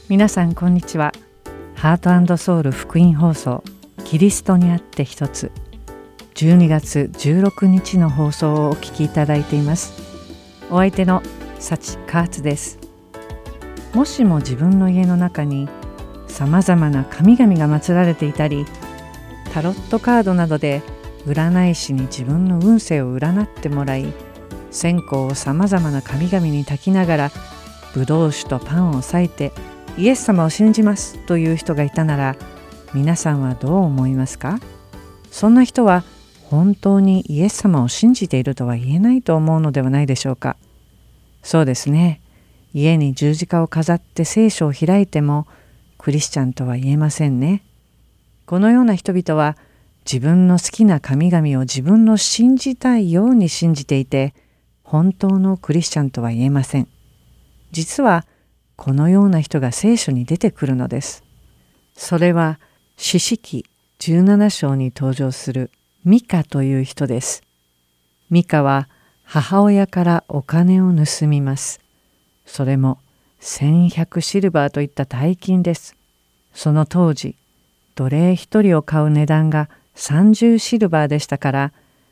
皆さんこんにちは。ハート&ソウル福音放送、キリストにあって一つ、12月16日の放送をお聞きいただいています。お相手の幸カーツです。もしも自分の家の中にさまざまな神々が祀られていたり、タロットカードなどで占い師に自分の運勢を占ってもらい、線香をさまざまな神々に焚きながらブドウ酒とパンを裂いてイエス様を信じますという人がいたなら、皆さんはどう思いますか？そんな人は本当にイエス様を信じているとは言えないと思うのではないでしょうか。そうですね。家に十字架を飾って聖書を開いてもクリスチャンとは言えませんね。このような人々は自分の好きな神々を自分の信じたいように信じていて、本当のクリスチャンとは言えません。実はこのような人が聖書に出てくるのです。それは士師記17章に登場するミカという人です。ミカは母親からお金を盗みます。それも1100シルバーといった大金です。その当時、奴隷一人を買う値段が30シルバーでしたから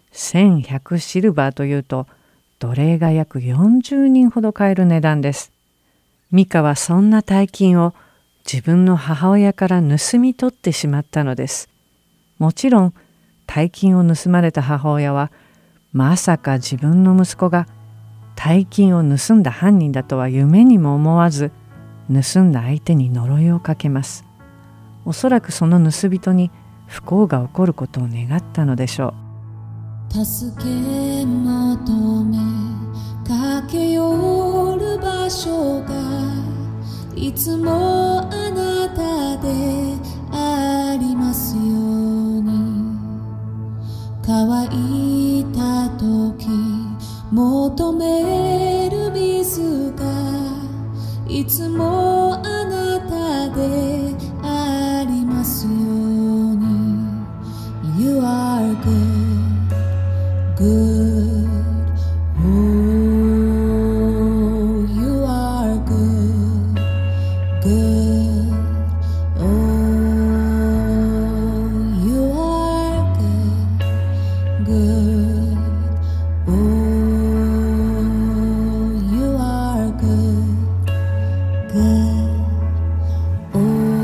、1100シルバーというと奴隷が約40人ほど買える値段です。ミカはそんな大金を自分の母親から盗み取ってしまったのです。もちろん大金を盗まれた母親は、まさか自分の息子が大金を盗んだ犯人だとは夢にも思わず、盗んだ相手に呪いをかけます。おそらくその盗人に不幸が起こることを願ったのでしょう。助け求め駆け寄る場所がいつもあなたでありますように。乾いた時求める水がいつもあなたでありますように。 You are good, good, oh, you are good, good, oh, you are good, good, oh, you are good, good, oh。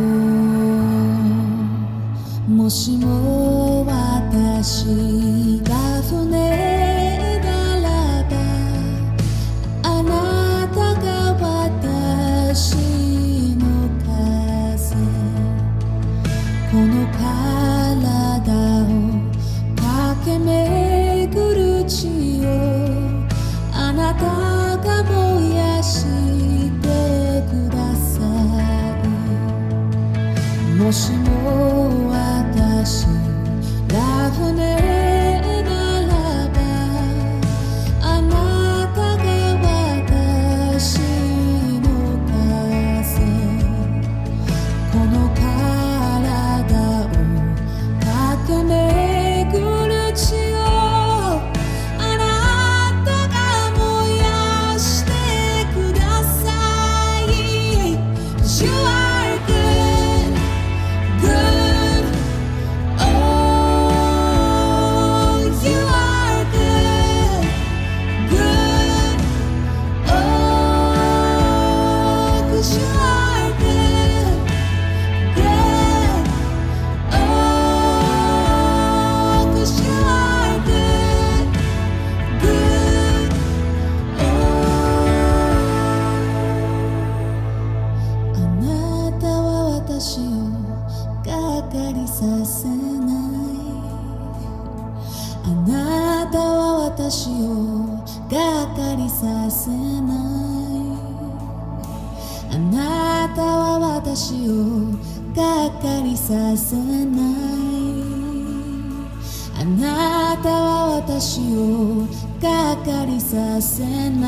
もしも私が船ならば、あなたが私の風、この体を駆け巡る地をあなたが燃やしてください。もしも私が船ならば、あなたが私の風、この体を駆け巡る地をあなたが燃やしてください。 You are good, good, oh, you are good, good, oh, 'cause you are good, good, oh, 'cause you are good, good, oh。 あなたは私をがっかりさせない。あなたは私をがっかりさせない。あなたは私をがっかりさせない。あなたは私をがっかりさせない。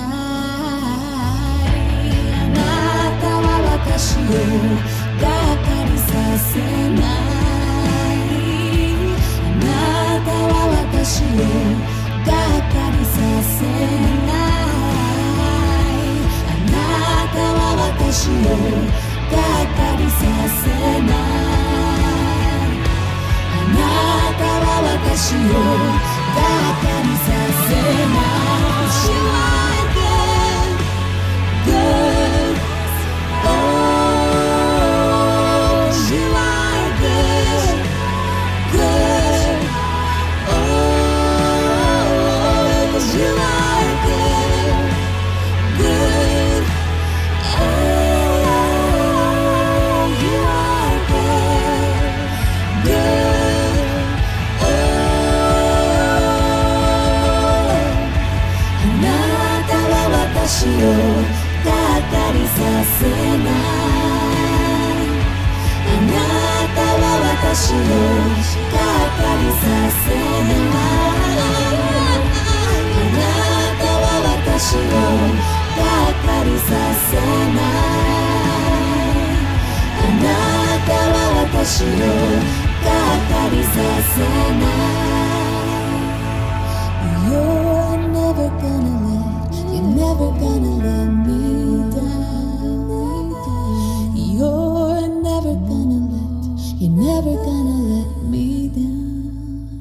あなたは私をがっかりさせない。あなたは私をがっかりさせない。あなたは私をがっ私をがっかりさせない。あなたは私をがっかりさせない。あなたは私をがっかりさせない。You're never gonna let, you're never gonna let me down. You're never gonna let, you're never gonna let me down.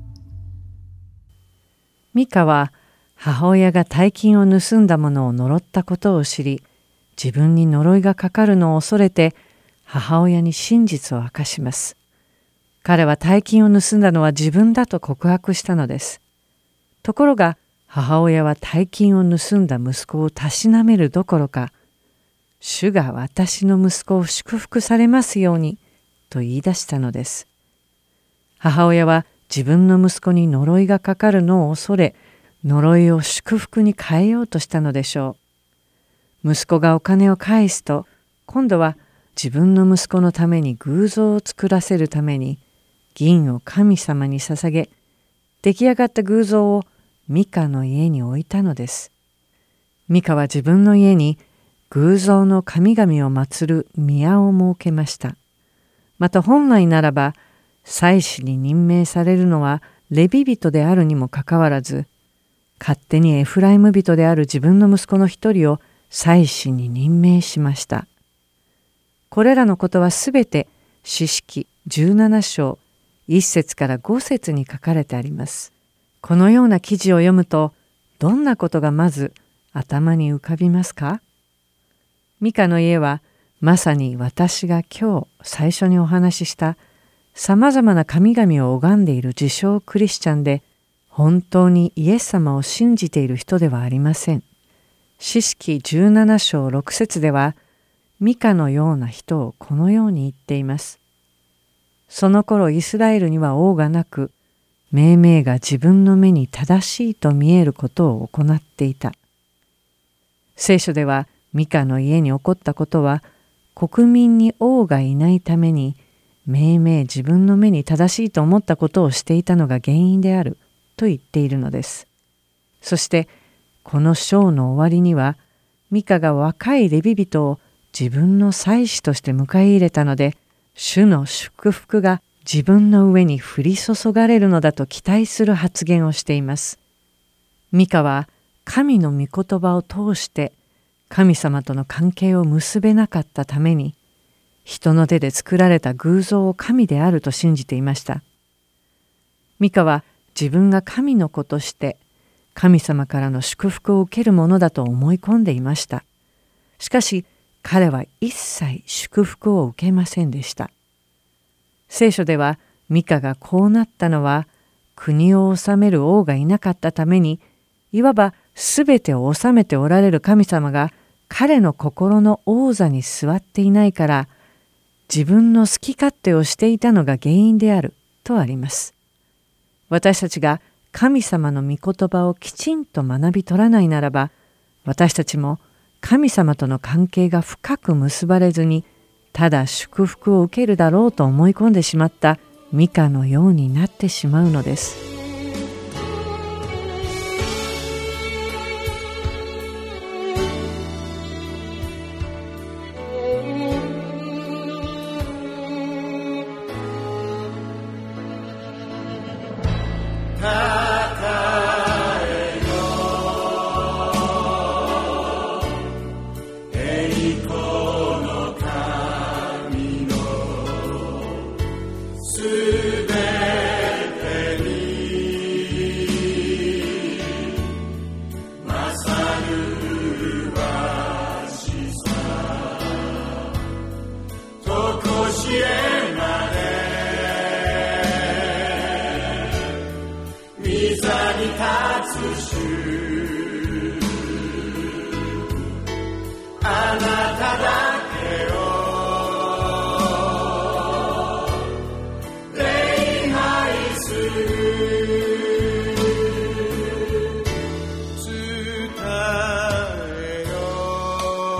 ミカは母親が大金を盗んだものを呪ったことを知り、自分に呪いがかかるのを恐れて母親に真実を明かします。彼は大金を盗んだのは自分だと告白したのです。ところが母親は大金を盗んだ息子をたしなめるどころか、主が私の息子を祝福されますようにと言い出したのです。母親は自分の息子に呪いがかかるのを恐れ、呪いを祝福に変えようとしたのでしょう。息子がお金を返すと、今度は自分の息子のために偶像を作らせるために銀を神様に捧げ、出来上がった偶像をミカの家に置いたのです。ミカは自分の家に偶像の神々を祀る宮を設けました。また本来ならば祭司に任命されるのはレビ人であるにもかかわらず、勝手にエフライム人である自分の息子の一人を祭司に任命しました。これらのことはすべて士師17章1節から5節に書かれてあります。このような記事を読むと、どんなことがまず頭に浮かびますか？ミカの家はまさに私が今日最初にお話ししたさまざまな神々を拝んでいる自称クリスチャンで、本当にイエス様を信じている人ではありません。士師17章6節では、ミカのような人をこのように言っています。その頃イスラエルには王がなく、命名が自分の目に正しいと見えることを行っていた。聖書ではミカの家に起こったことは、国民に王がいないために、命名自分の目に正しいと思ったことをしていたのが原因であると言っているのです。そしてこの章の終わりには、ミカが若いレビ人を自分の祭司として迎え入れたので、主の祝福が自分の上に降り注がれるのだと期待する発言をしています。ミカは神の御言葉を通して神様との関係を結べなかったために、人の手で作られた偶像を神であると信じていました。ミカは自分が神の子として神様からの祝福を受けるものだと思い込んでいました。しかし彼は一切祝福を受けませんでした。聖書ではミカがこうなったのは、国を治める王がいなかったために、いわばすべてを治めておられる神様が彼の心の王座に座っていないから、自分の好き勝手をしていたのが原因であるとあります。私たちが神様の御言葉をきちんと学び取らないならば、私たちも神様との関係が深く結ばれずに、ただ祝福を受けるだろうと思い込んでしまったミカのようになってしまうのです。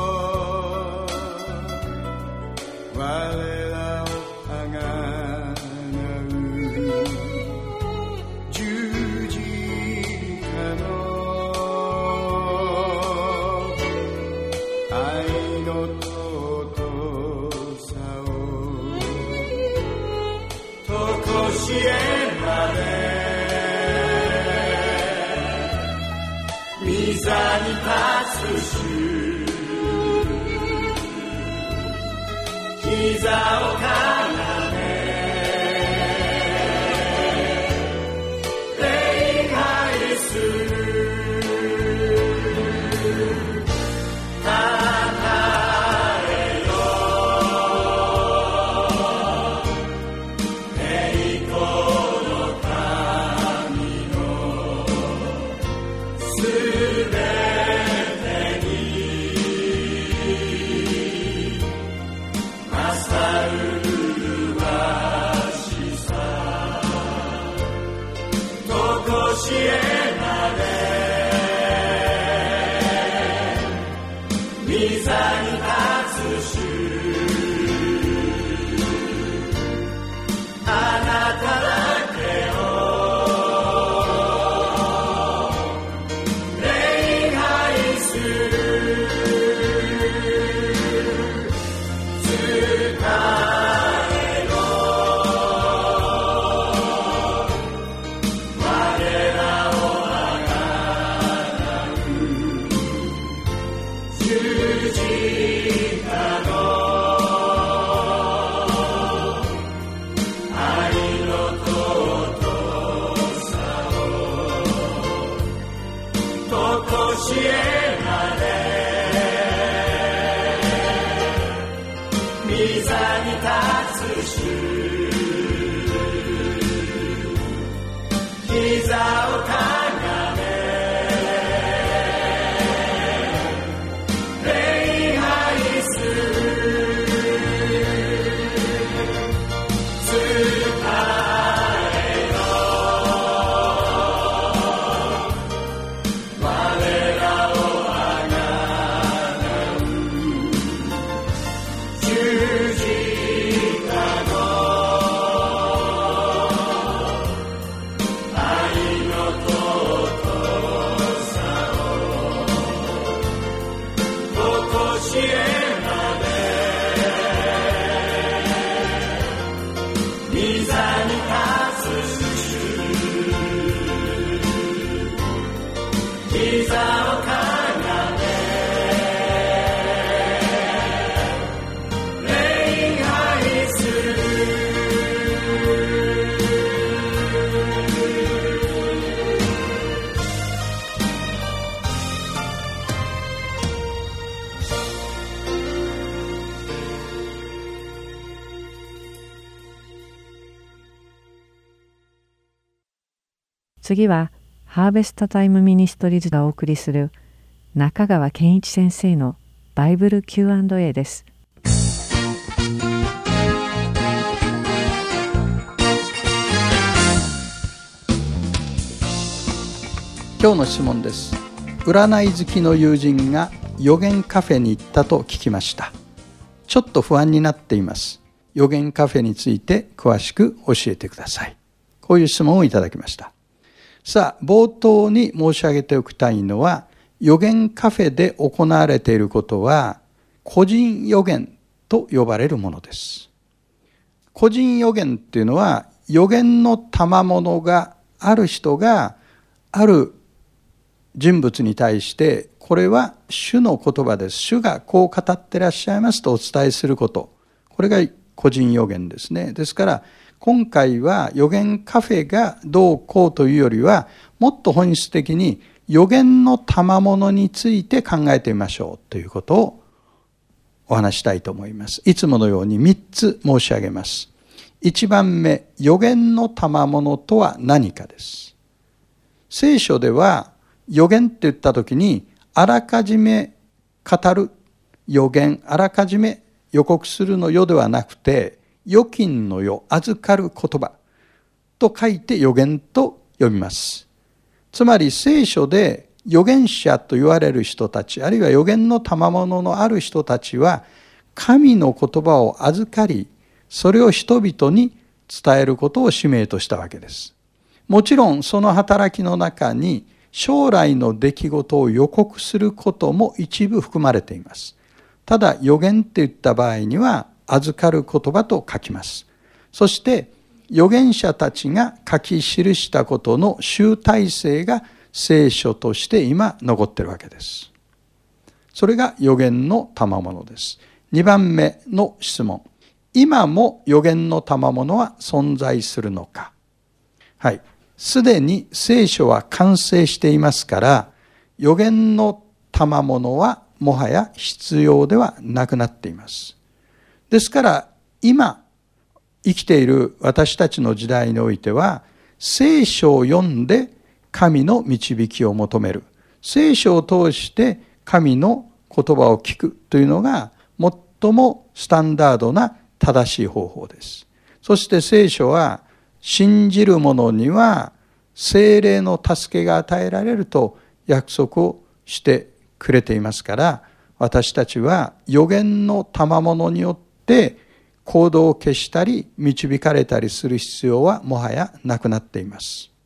我らをあがしえまで御座に立つ主、膝をかがめ礼拝する。たたえよ栄光の神のすべてに勝るわしさ、とこしえまで御座に立つ主、あなただけを礼拝する。 次はハーベストタイムミニストリーズがお送りする中川健一先生のバイブル Q&A です。 今日の質問です。占い好きの友人が予言カフェに行ったと聞きました。ちょっと不安になっています。予言カフェについて詳しく教えてください。こういう質問をいただきました。さあ、冒頭に申し上げておきたいのは、予言カフェで行われていることは、個人予言と呼ばれるものです。個人予言っていうのは、予言の賜物がある人が、ある人物に対して、これは主の言葉です。主がこう語ってらっしゃいますとお伝えすること。これが個人予言ですね。ですから、今回は予言カフェがどうこうというよりは、もっと本質的に予言の賜物について考えてみましょうということをお話したいと思います。いつものように3つ申し上げます。1番目、予言の賜物とは何かです。聖書では予言って言ったときに、あらかじめ語る予言、あらかじめ予告するの世ではなくて、預金の世、預かる言葉と書いて預言と読みます。つまり聖書で預言者と言われる人たち、あるいは預言の賜物のある人たちは、神の言葉を預かり、それを人々に伝えることを使命としたわけです。もちろんその働きの中に将来の出来事を予告することも一部含まれています。ただ預言って言った場合には、預かる言葉と書きます。そして預言者たちが書き記したことの集大成が聖書として今残っているわけです。それが預言の賜物です。2番目の質問。今も預言の賜物は存在するのか。はい。すでに聖書は完成していますから、預言の賜物はもはや必要ではなくなっています。ですから、今生きている私たちの時代においては、聖書を読んで神の導きを求める。聖書を通して神の言葉を聞くというのが最もスタンダードな正しい方法です。そして聖書は信じる者には聖霊の助けが与えられると約束をしてくれていますから、私たちは預言の賜物によって行動を消したり導かれたりする必要はもはやなくなっています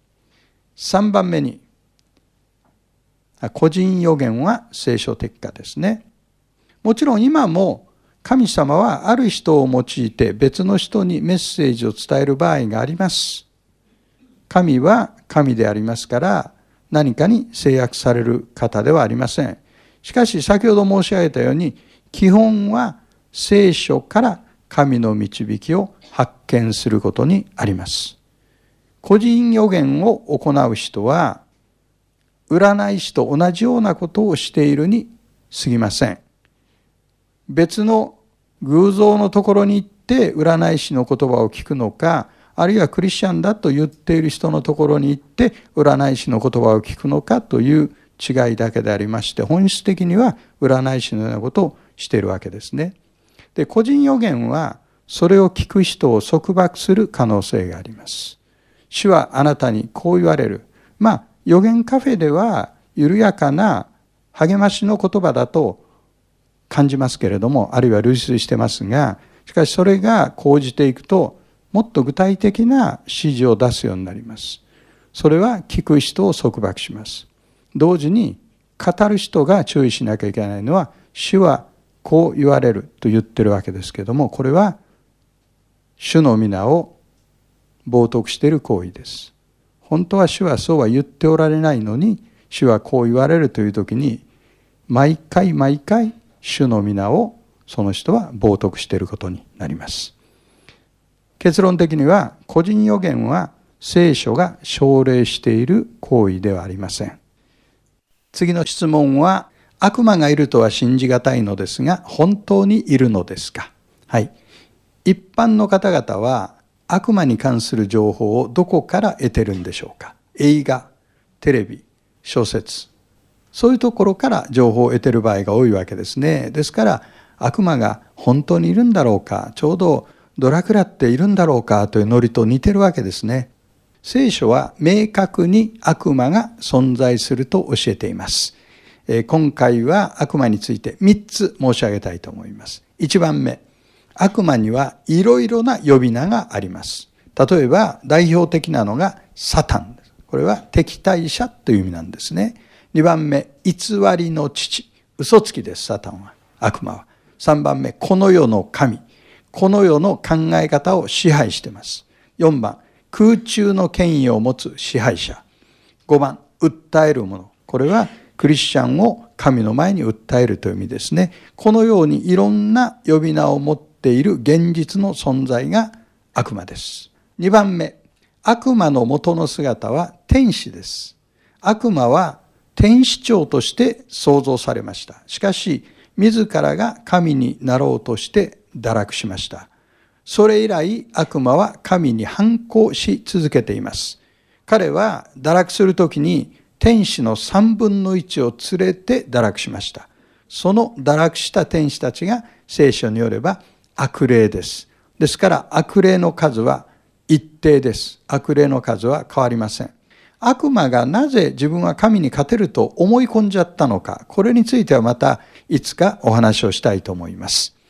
。3番目に、個人預言は聖書的かですね。もちろん今も神様はある人を用いて別の人にメッセージを伝える場合があります。神は神でありますから何かに制約される方ではありません。しかし先ほど申し上げたように、基本は聖書から神の導きを発見することにあります。個人預言を行う人は占い師と同じようなことをしているに過ぎません。別の偶像のところに行って占い師の言葉を聞くのか、あるいはクリスチャンだと言っている人のところに行って占い師の言葉を聞くのかという違いだけでありまして、本質的には占い師のようなことをしているわけですね。で、個人預言はそれを聞く人を束縛する可能性があります。主はあなたにこう言われる。預言カフェでは緩やかな励ましの言葉だと感じますけれども、あるいは類推してますが、しかしそれが講じていくともっと具体的な指示を出すようになります。それは聞く人を束縛します。同時に語る人が注意しなきゃいけないのは、主はこう言われると言ってるわけですけれども、これは主の皆を冒涜している行為です。本当は主はそうは言っておられないのに、主はこう言われるという時に毎回主の皆をその人は冒涜していることになります。結論的には、個人預言は聖書が奨励している行為ではありません。次の質問は、悪魔がいるとは信じがたいのですが、本当にいるのですか？はい。一般の方々は悪魔に関する情報をどこから得てるんでしょうか？映画、テレビ、小説、そういうところから情報を得てる場合が多いわけですね。ですから悪魔が本当にいるんだろうか、ちょうどドラクラっているんだろうかというノリと似てるわけですね。聖書は明確に悪魔が存在すると教えています。今回は悪魔について3つ申し上げたいと思います。1番目、悪魔にはいろいろな呼び名があります。例えば代表的なのがサタンです。これは敵対者という意味なんですね。2番目、偽りの父、嘘つきです。サタンは、悪魔は。3番目、この世の神、この世の考え方を支配しています。4番、空中の権威を持つ支配者。5番、訴える者。これはクリスチャンを神の前に訴えるという意味ですね。このようにいろんな呼び名を持っている現実の存在が悪魔です。2番目、悪魔の元の姿は天使です。悪魔は天使長として創造されました。しかし自らが神になろうとして堕落しました。それ以来悪魔は神に反抗し続けています。彼は堕落するときに天使の3分の1を連れて堕落しました。その堕落した天使たちが聖書によれば悪霊です。ですから悪霊の数は一定です。悪霊の数は変わりません。悪魔がなぜ自分は神に勝てると思い込んじゃったのか、これについてはまたいつかお話をしたいと思います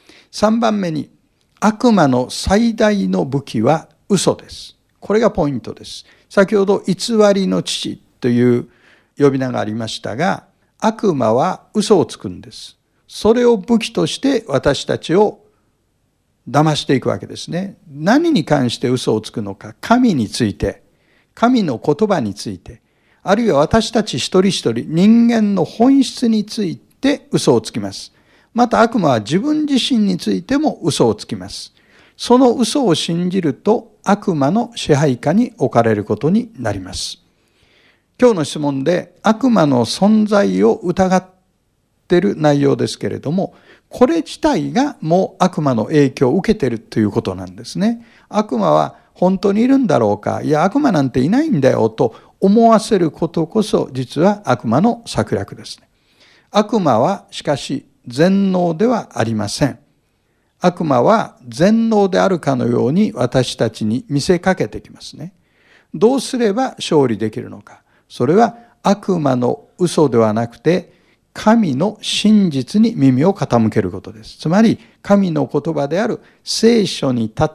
。3番目に、悪魔の最大の武器は嘘です。これがポイントです。先ほど偽りの父という呼び名がありましたが、悪魔は嘘をつくんです。それを武器として私たちを騙していくわけですね。何に関して嘘をつくのか、神について、神の言葉について、あるいは私たち一人一人、人間の本質について嘘をつきます。また悪魔は自分自身についても嘘をつきます。その嘘を信じると悪魔の支配下に置かれることになります。今日の質問で悪魔の存在を疑っている内容ですけれども、これ自体がもう悪魔の影響を受けているということなんですね。悪魔は本当にいるんだろうか、いや悪魔なんていないんだよと思わせることこそ実は悪魔の策略ですね。悪魔はしかし全能ではありません。悪魔は全能であるかのように私たちに見せかけてきますね。どうすれば勝利できるのか。それは悪魔の嘘ではなくて、神の真実に耳を傾けることです。つまり、神の言葉である聖書に立って、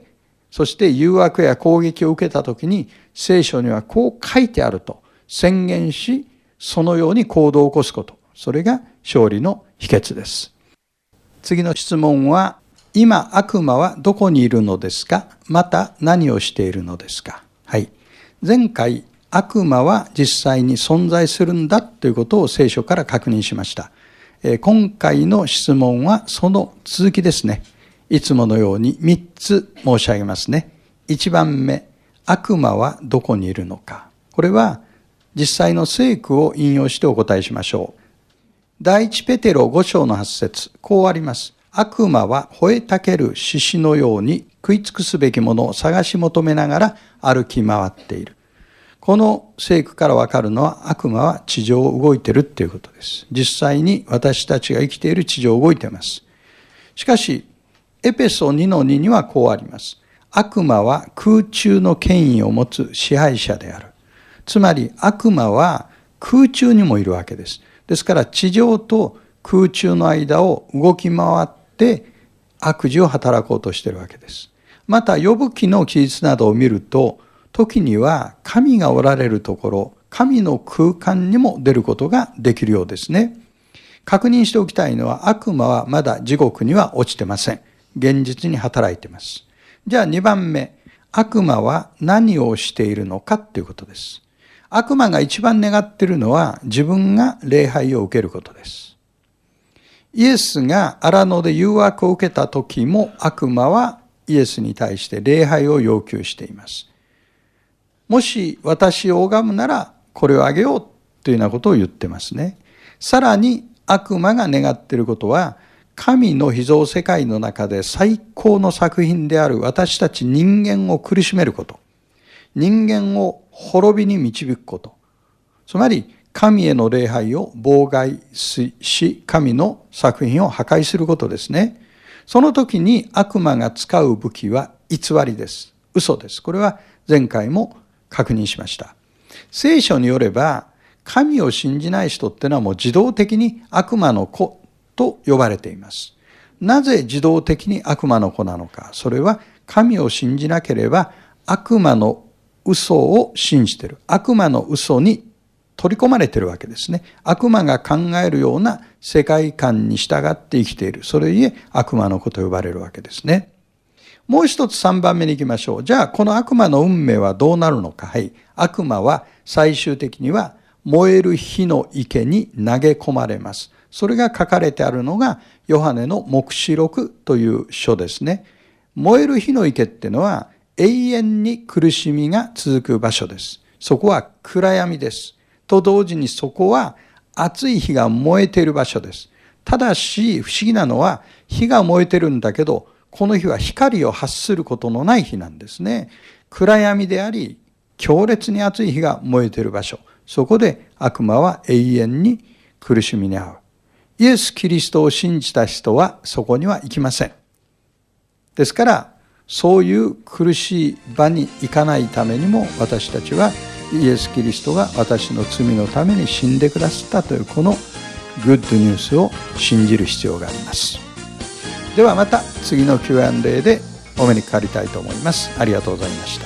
そして誘惑や攻撃を受けたときに、聖書にはこう書いてあると宣言し、そのように行動を起こすこと。それが勝利の秘訣です。次の質問は、今悪魔はどこにいるのですか？また何をしているのですか？はい。前回、悪魔は実際に存在するんだということを聖書から確認しました。今回の質問はその続きですね。いつものように3つ申し上げますね。1番目、悪魔はどこにいるのか。これは実際の聖句を引用してお答えしましょう。第一ペテロ5章の8節、こうあります。悪魔は吠えたける獅子のように食い尽くすべきものを探し求めながら歩き回っている。この聖句からわかるのは悪魔は地上を動いているっていうことです。実際に私たちが生きている地上を動いています。しかし、エペソ2の2にはこうあります。悪魔は空中の権威を持つ支配者である。つまり悪魔は空中にもいるわけです。ですから地上と空中の間を動き回って悪事を働こうとしているわけです。またヨブ記の記述などを見ると、時には神がおられるところ、神の空間にも出ることができるようですね。確認しておきたいのは、悪魔はまだ地獄には落ちてません。現実に働いています。じゃあ2番目、悪魔は何をしているのかということです。悪魔が一番願っているのは自分が礼拝を受けることです。イエスが荒野で誘惑を受けた時も悪魔はイエスに対して礼拝を要求しています。もし私を拝むならこれをあげようというようなことを言ってますね。さらに悪魔が願っていることは、神の被造世界の中で最高の作品である私たち人間を苦しめること。人間を滅びに導くこと。つまり神への礼拝を妨害し、神の作品を破壊することですね。その時に悪魔が使う武器は偽りです。嘘です。これは前回も確認しました。聖書によれば、神を信じない人ってのはもう自動的に悪魔の子と呼ばれています。なぜ自動的に悪魔の子なのか。それは神を信じなければ悪魔の嘘を信じている。悪魔の嘘に取り込まれているわけですね。悪魔が考えるような世界観に従って生きている。それゆえ悪魔の子と呼ばれるわけですね。もう一つ3番目に行きましょう。じゃあこの悪魔の運命はどうなるのか。はい。悪魔は最終的には燃える火の池に投げ込まれます。それが書かれてあるのがヨハネの黙示録という書ですね。燃える火の池っていうのは永遠に苦しみが続く場所です。そこは暗闇です。と同時にそこは熱い火が燃えている場所です。ただし不思議なのは火が燃えてるんだけど、この火は光を発することのない火なんですね。暗闇であり、強烈に熱い火が燃えている場所。そこで悪魔は永遠に苦しみに遭う。イエス・キリストを信じた人はそこには行きません。ですから、そういう苦しい場に行かないためにも、私たちはイエス・キリストが私の罪のために死んでくださったというこのグッドニュースを信じる必要があります。ではまた次の Q&A でお目にかかりたいと思います。ありがとうございました。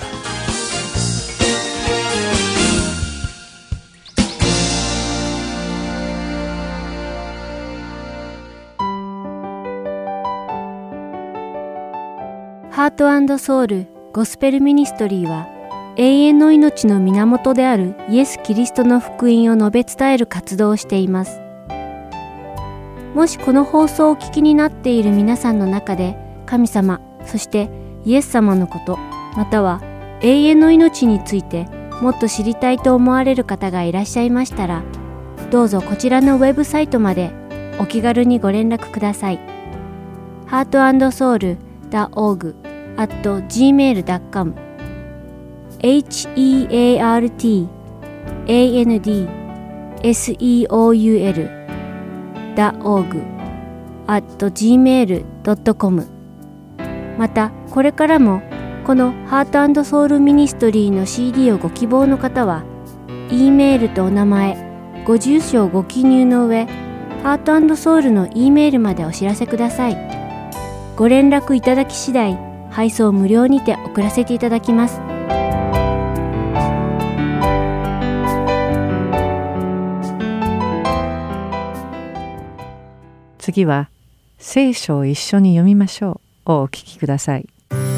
ート&ソウルゴスペルミニストリーは、永遠の命の源であるイエス・キリストの福音を述べ伝える活動をしています。もしこの放送をお聞きになっている皆さんの中で、神様、そしてイエス様のこと、または永遠の命についてもっと知りたいと思われる方がいらっしゃいましたら、どうぞこちらのウェブサイトまでお気軽にご連絡ください。heartandsoul.org@gmail.com heartandseoul.org@gmail.com また、これからもこのハート&ソウルミニストリーの CD をご希望の方は、E メールとお名前、ご住所をご記入の上、ハート&ソウルの E メールまでお知らせください。ご連絡いただき次第、配送無料にて送らせていただきます。 次は聖書を一緒に読みましょうをお聞きください。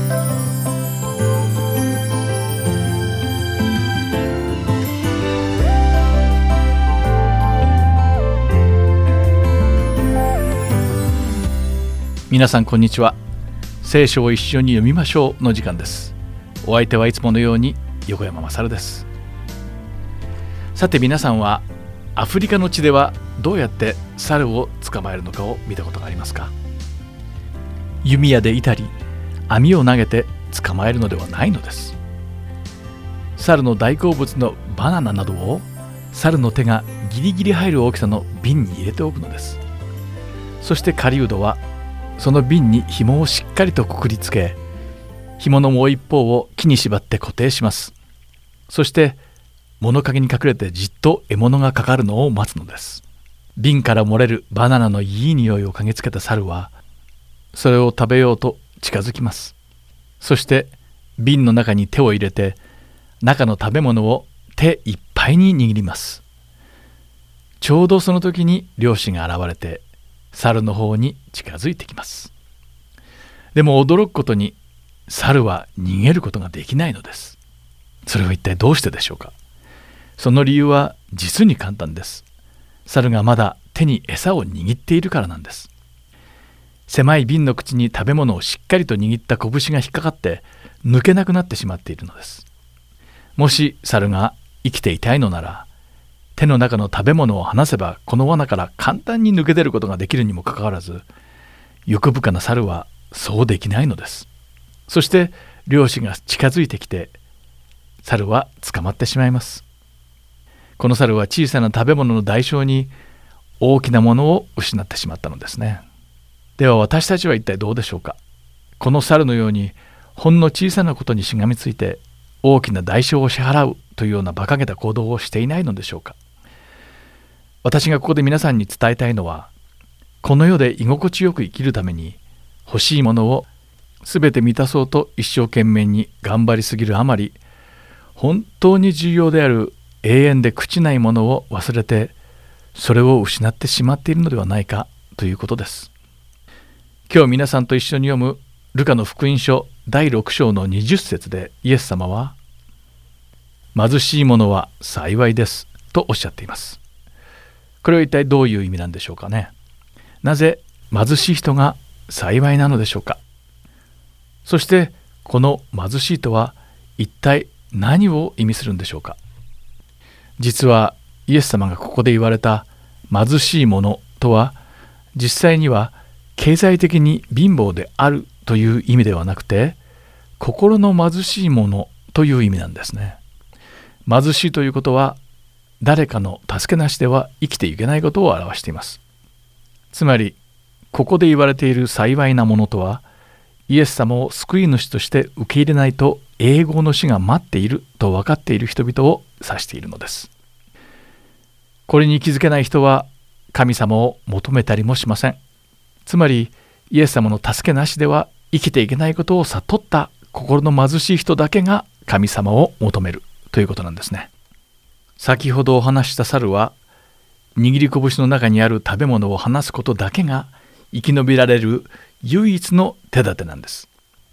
皆さんこんにちは。聖書を一緒に読みましょうの時間です。お相手はいつものように横山まさるです。さて皆さんはアフリカの地ではどうやって猿を捕まえるのかを見たことがありますか？弓矢でいたり網を投げて捕まえるのではないのです。猿の大好物のバナナなどを猿の手がギリギリ入る大きさの瓶に入れておくのです。そして狩人はその瓶に紐をしっかりとくくりつけ、紐のもう一方を木に縛って固定します。そして物陰に隠れてじっと獲物がかかるのを待つのです。瓶から漏れるバナナのいい匂いを嗅ぎつけた猿はそれを食べようと近づきます。そして瓶の中に手を入れて中の食べ物を手いっぱいに握ります。ちょうどその時に漁師が現れて猿の方に近づいてきます。でも驚くことに猿は逃げることができないのです。それは一体どうしてでしょうか？その理由は実に簡単です。猿がまだ手に餌を握っているからなんです。狭い瓶の口に食べ物をしっかりと握った拳が引っかかって抜けなくなってしまっているのです。もし猿が生きていたいのなら、手の中の食べ物を離せばこの罠から簡単に抜け出ることができるにもかかわらず、欲深な猿はそうできないのです。そして漁師が近づいてきて猿は捕まってしまいます。この猿は小さな食べ物の代償に大きなものを失ってしまったのですね。では私たちは一体どうでしょうか？この猿のようにほんの小さなことにしがみついて大きな代償を支払うというような馬鹿げた行動をしていないのでしょうか？私がここで皆さんに伝えたいのは、この世で居心地よく生きるために欲しいものをすべて満たそうと一生懸命に頑張りすぎるあまり、本当に重要である永遠で朽ちないものを忘れて、それを失ってしまっているのではないかということです。今日皆さんと一緒に読むルカの福音書第6章の20節でイエス様は、貧しい者は幸いですとおっしゃっています。これは一体どういう意味なんでしょうかね。なぜ貧しい人が幸いなのでしょうか。そしてこの貧しいとは一体何を意味するんでしょうか。実はイエス様がここで言われた貧しい者とは、実際には経済的に貧乏であるという意味ではなくて、心の貧しい者という意味なんですね。貧しいということは誰かの助けなしでは生きていけないことを表しています。つまりここで言われている幸いなものとは、イエス様を救い主として受け入れないと永劫の死が待っていると分かっている人々を指しているのです。これに気づけない人は神様を求めたりもしません。つまりイエス様の助けなしでは生きていけないことを悟った心の貧しい人だけが神様を求めるということなんですね。先ほどお話した猿は、握り拳の中にある食べ物を離すことだけが生き延びられる唯一の手立てなんです。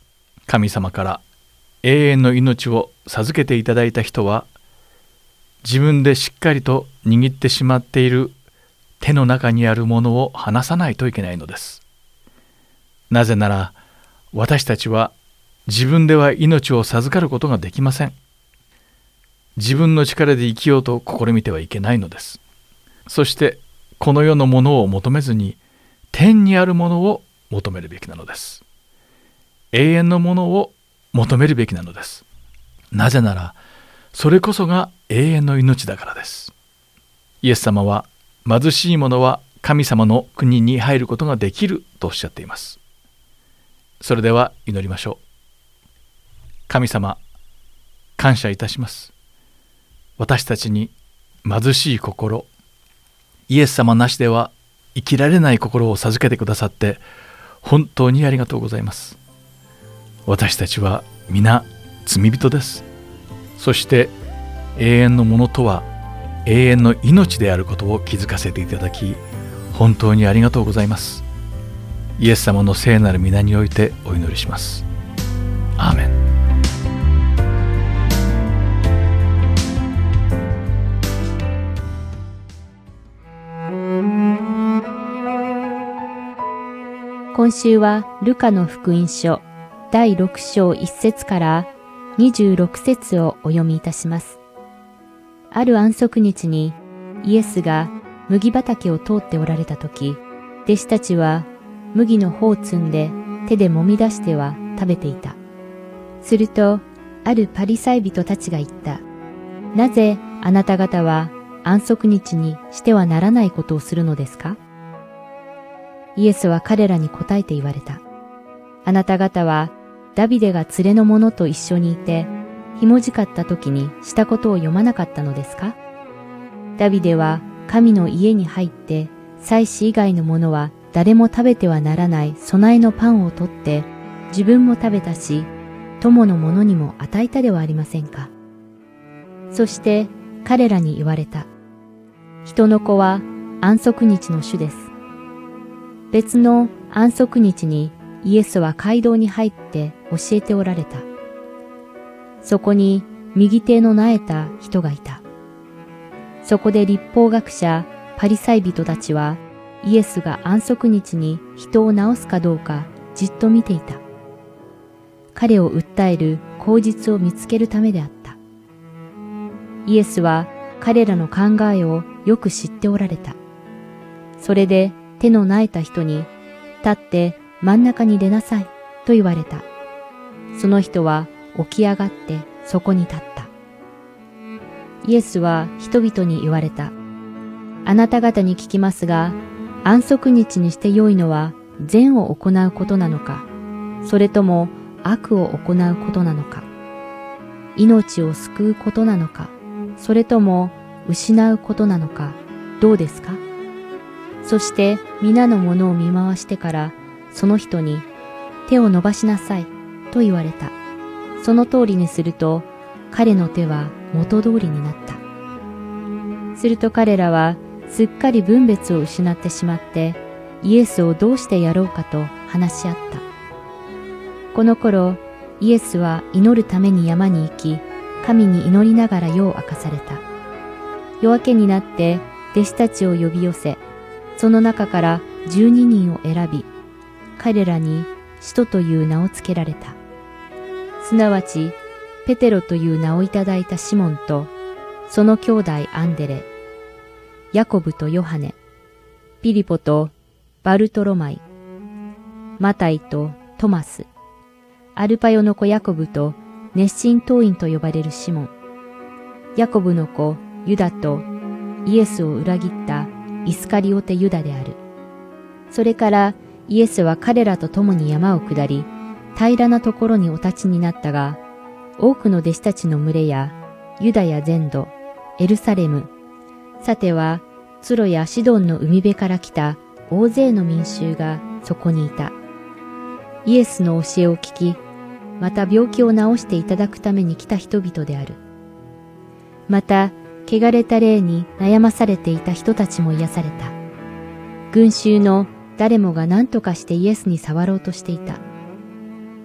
神様から永遠の命を授けていただいた人は、自分でしっかりと握ってしまっている手の中にあるものを離さないといけないのです。なぜなら、私たちは自分では命を授かることができません。自分の力で生きようと試みてはいけないのです。そしてこの世のものを求めずに、天にあるものを求めるべきなのです。永遠のものを求めるべきなのです。なぜなら、それこそが永遠の命だからです。イエス様は、貧しい者は神様の国に入ることができるとおっしゃっています。それでは祈りましょう。神様、感謝いたします。私たちに貧しい心、イエス様なしでは生きられない心を授けてくださって本当にありがとうございます。私たちは皆罪人です。そして永遠のものとは永遠の命であることを気づかせていただき、本当にありがとうございます。イエス様の聖なる皆においてお祈りします。アーメン。 今週はルカの福音書第6章1節から26節をお読みいたします。ある安息日にイエスが麦畑を通っておられたとき、弟子たちは麦の穂を摘んで手で揉み出しては食べていた。するとあるパリサイ人たちが言った。なぜあなた方は安息日にしてはならないことをするのですか？イエスは彼らに答えて言われた。あなた方はダビデが連れの者と一緒にいて、ひもじかった時にしたことを読まなかったのですか？ダビデは神の家に入って、祭司以外の者は誰も食べてはならない備えのパンを取って、自分も食べたし、友の者にも与えたではありませんか。そして彼らに言われた。人の子は安息日の主です。別の安息日にイエスは街道に入って教えておられた。そこに右手の苗えた人がいた。そこで律法学者パリサイ人たちはイエスが安息日に人を治すかどうかじっと見ていた。彼を訴える口実を見つけるためであった。イエスは彼らの考えをよく知っておられた。それで手の苗えた人に、立って真ん中に出なさいと言われた。その人は起き上がってそこに立った。イエスは人々に言われた。あなた方に聞きますが、安息日にして良いのは善を行うことなのか、それとも悪を行うことなのか、命を救うことなのか、それとも失うことなのか、どうですか？そして皆のものを見回してからその人に手を伸ばしなさいと言われた。その通りにすると彼の手は元通りになった。すると彼らはすっかり分別を失ってしまってイエスをどうしてやろうかと話し合った。この頃イエスは祈るために山に行き、神に祈りながら夜を明かされた。夜明けになって弟子たちを呼び寄せ、その中から12人を選び、彼らに使徒という名をつけられた。すなわち、ペテロという名をいただいたシモンと、その兄弟アンデレ、ヤコブとヨハネ、ピリポとバルトロマイ、マタイとトマス、アルパヨの子ヤコブと熱心党員と呼ばれるシモン、ヤコブの子ユダとイエスを裏切ったイスカリオテユダである。それからイエスは彼らと共に山を下り、平らなところにお立ちになったが、多くの弟子たちの群れや、ユダヤ全土、エルサレム、さてはツロやシドンの海辺から来た大勢の民衆がそこにいた。イエスの教えを聞き、また病気を治していただくために来た人々である。また、汚れた霊に悩まされていた人たちも癒された。群衆の誰もが何とかしてイエスに触ろうとしていた。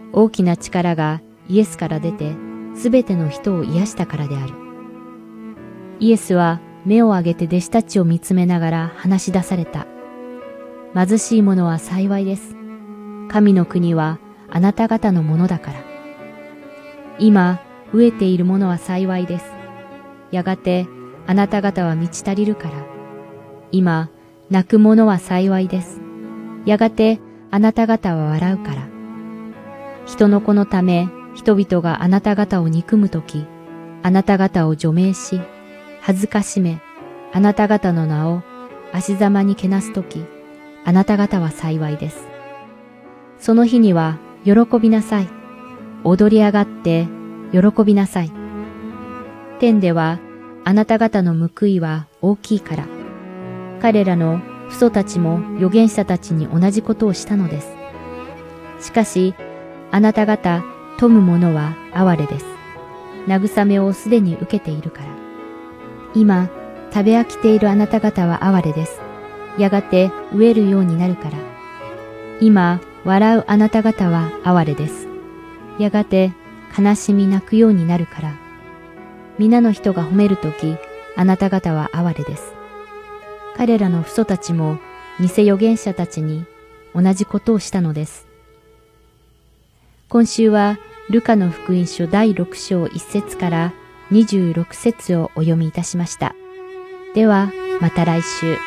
大きな力がイエスから出て、すべての人を癒したからである。イエスは目を上げて弟子たちを見つめながら話し出された。貧しい者は幸いです。神の国はあなた方のものだから。今、飢えている者は幸いです。やがてあなた方は満ち足りるから。今、泣く者は幸いです。やがてあなた方は笑うから。人の子のため人々があなた方を憎むとき、あなた方を除名し、恥ずかしめ、あなた方の名を足ざまにけなすとき、あなた方は幸いです。その日には喜びなさい。踊り上がって喜びなさい。天ではあなた方の報いは大きいから。彼らの父祖たちも預言者たちに同じことをしたのです。しかし、あなた方富む者は哀れです。慰めをすでに受けているから。今、食べ飽きているあなた方は哀れです。やがて飢えるようになるから。今、笑うあなた方は哀れです。やがて悲しみ泣くようになるから。皆の人が褒めるとき、あなた方は哀れです。彼らの父祖たちも偽預言者たちに同じことをしたのです。今週はルカの福音書第6章1節から26節をお読みいたしました。ではまた来週。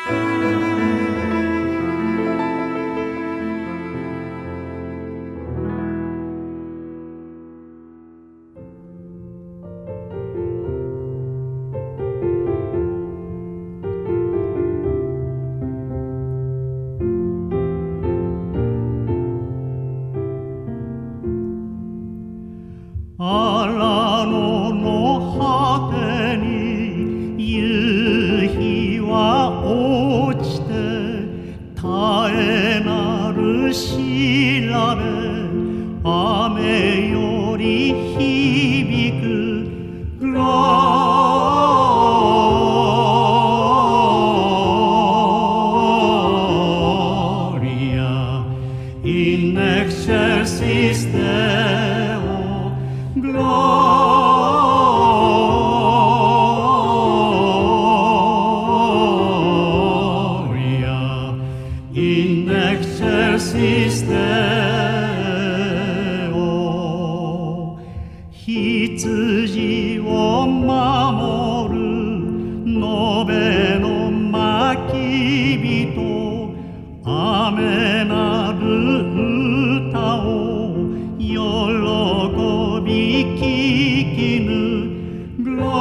荒野の果てに夕日は落ちて絶えなる調べ雨より響くグロリア in excelsis Deo Gloria in excelsis Deo 羊を守る延べの牧人雨なる歌を喜び聞きぬグロ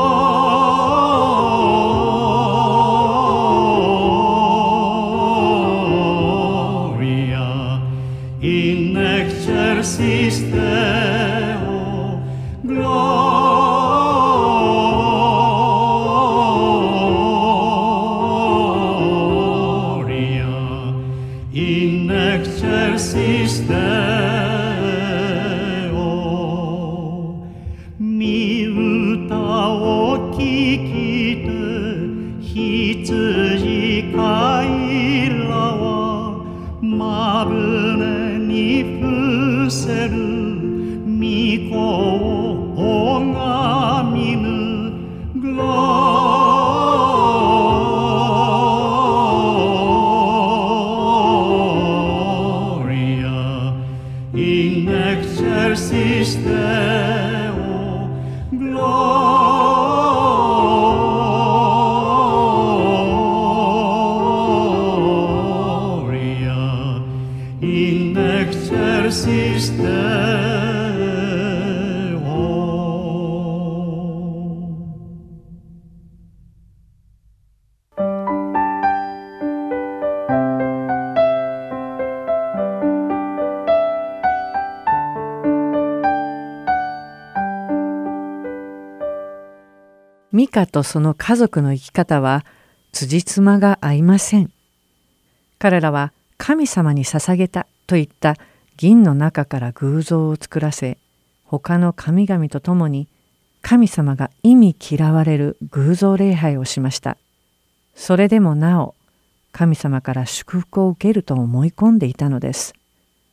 リア in excelsis Deo Gloria in excelsis Deo 御歌を聞きて羊飼いらはまぶねに伏せる御子を拝みぬグロリア in excelsis Deo Gloria in excelsis Deo ミカとその家族の生き方は辻褄が合いません。彼らは神様に捧げたといった銀の中から偶像を作らせ、他の神々と共に神様が忌み嫌われる偶像礼拝をしました。それでもなお神様から祝福を受けると思い込んでいたのです。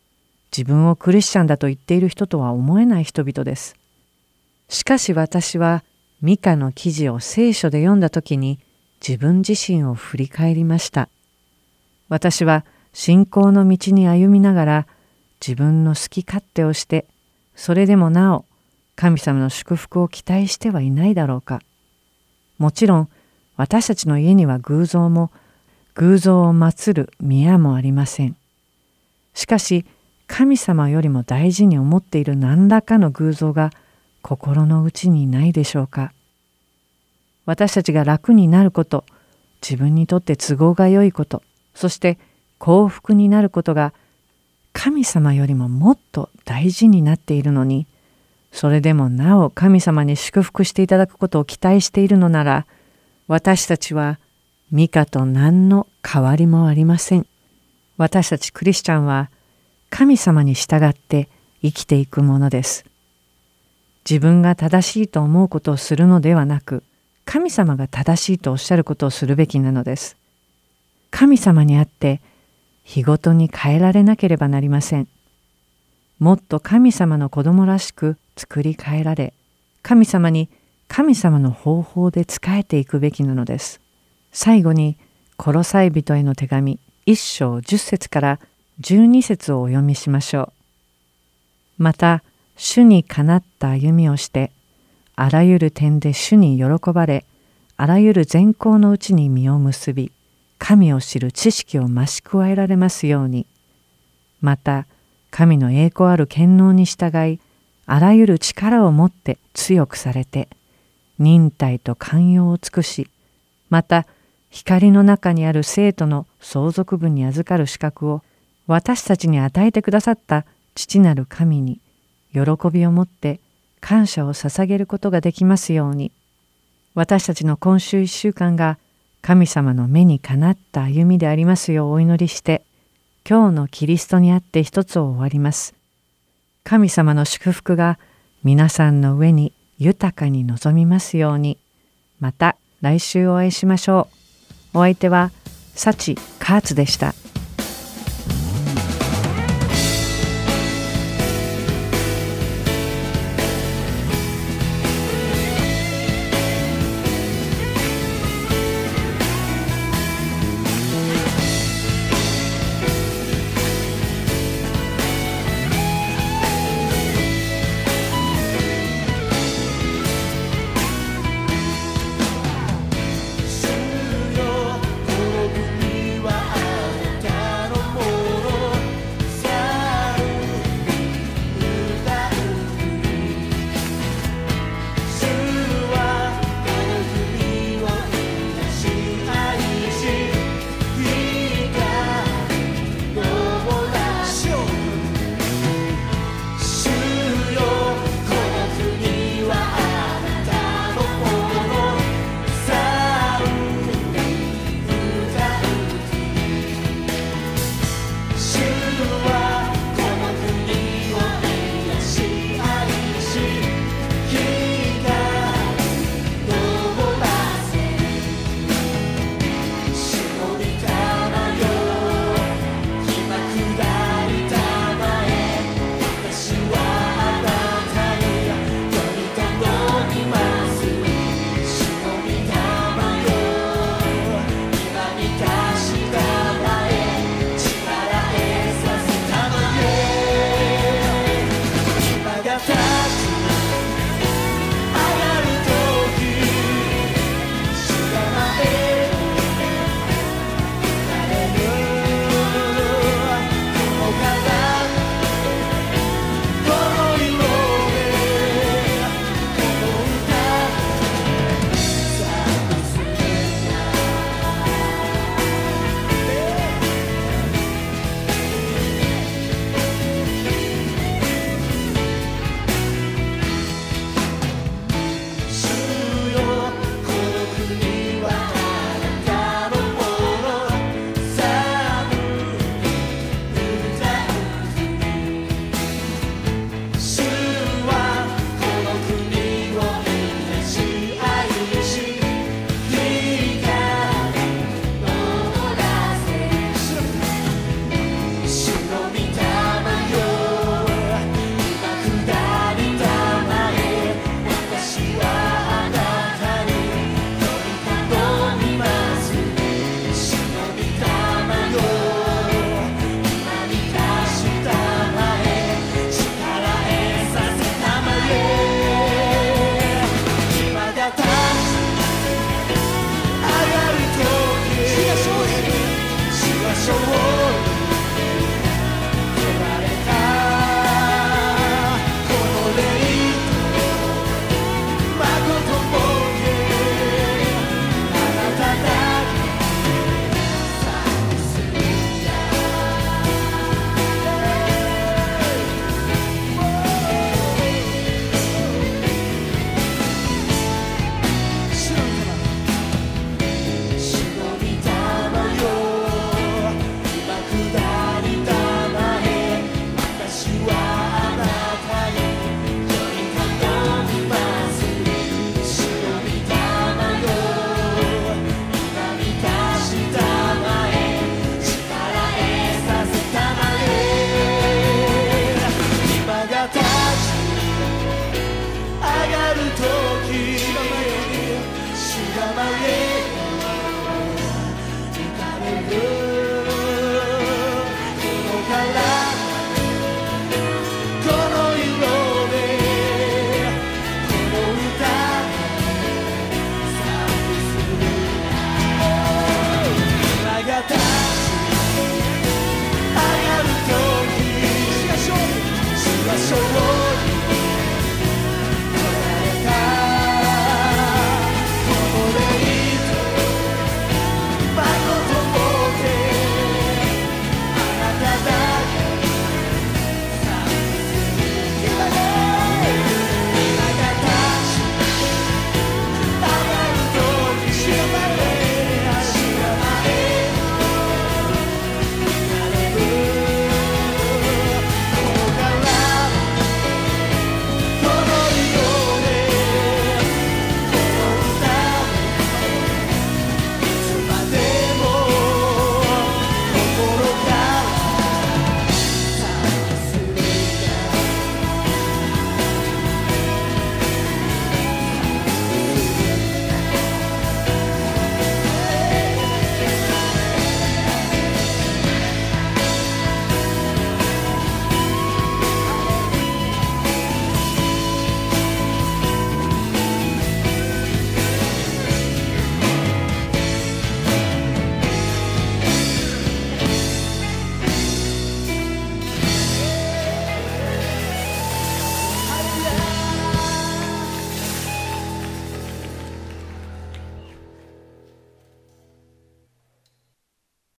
自分をクリスチャンだと言っている人とは思えない人々です。しかし私はミカの記事を聖書で読んだときに自分自身を振り返りました。私は信仰の道に歩みながら自分の好き勝手をして、それでもなお神様の祝福を期待してはいないだろうか。もちろん私たちの家には偶像も偶像を祀る宮もありません。しかし神様よりも大事に思っている何らかの偶像が心の内にないでしょうか。私たちが楽になること、自分にとって都合が良いこと、そして幸福になることが神様よりももっと大事になっているのに、それでもなお神様に祝福していただくことを期待しているのなら、私たちはミカと何の変わりもありません。私たちクリスチャンは神様に従って生きていくものです。自分が正しいと思うことをするのではなく、神様が正しいとおっしゃることをするべきなのです。神様にあって日ごとに変えられなければなりません。もっと神様の子供らしく作り変えられ、神様に神様の方法で仕えていくべきなのです。最後にコロサイ人への手紙1章10節から12節をお読みしましょう。また主にかなった歩みをして、あらゆる点で主に喜ばれ、あらゆる善行のうちに実を結び、神を知る知識を増し加えられますように。また神の栄光ある権能に従い、あらゆる力をもって強くされて、忍耐と寛容を尽くし、また光の中にある生徒の相続分に預かる資格を私たちに与えてくださった父なる神に喜びを持って感謝を捧げることができますように。私たちの今週1週間が神様の目にかなった歩みでありますようお祈りして、今日のキリストにあって一つを終わります。神様の祝福が皆さんの上に豊かに望みますように。また来週お会いしましょう。お相手は幸カーツでした。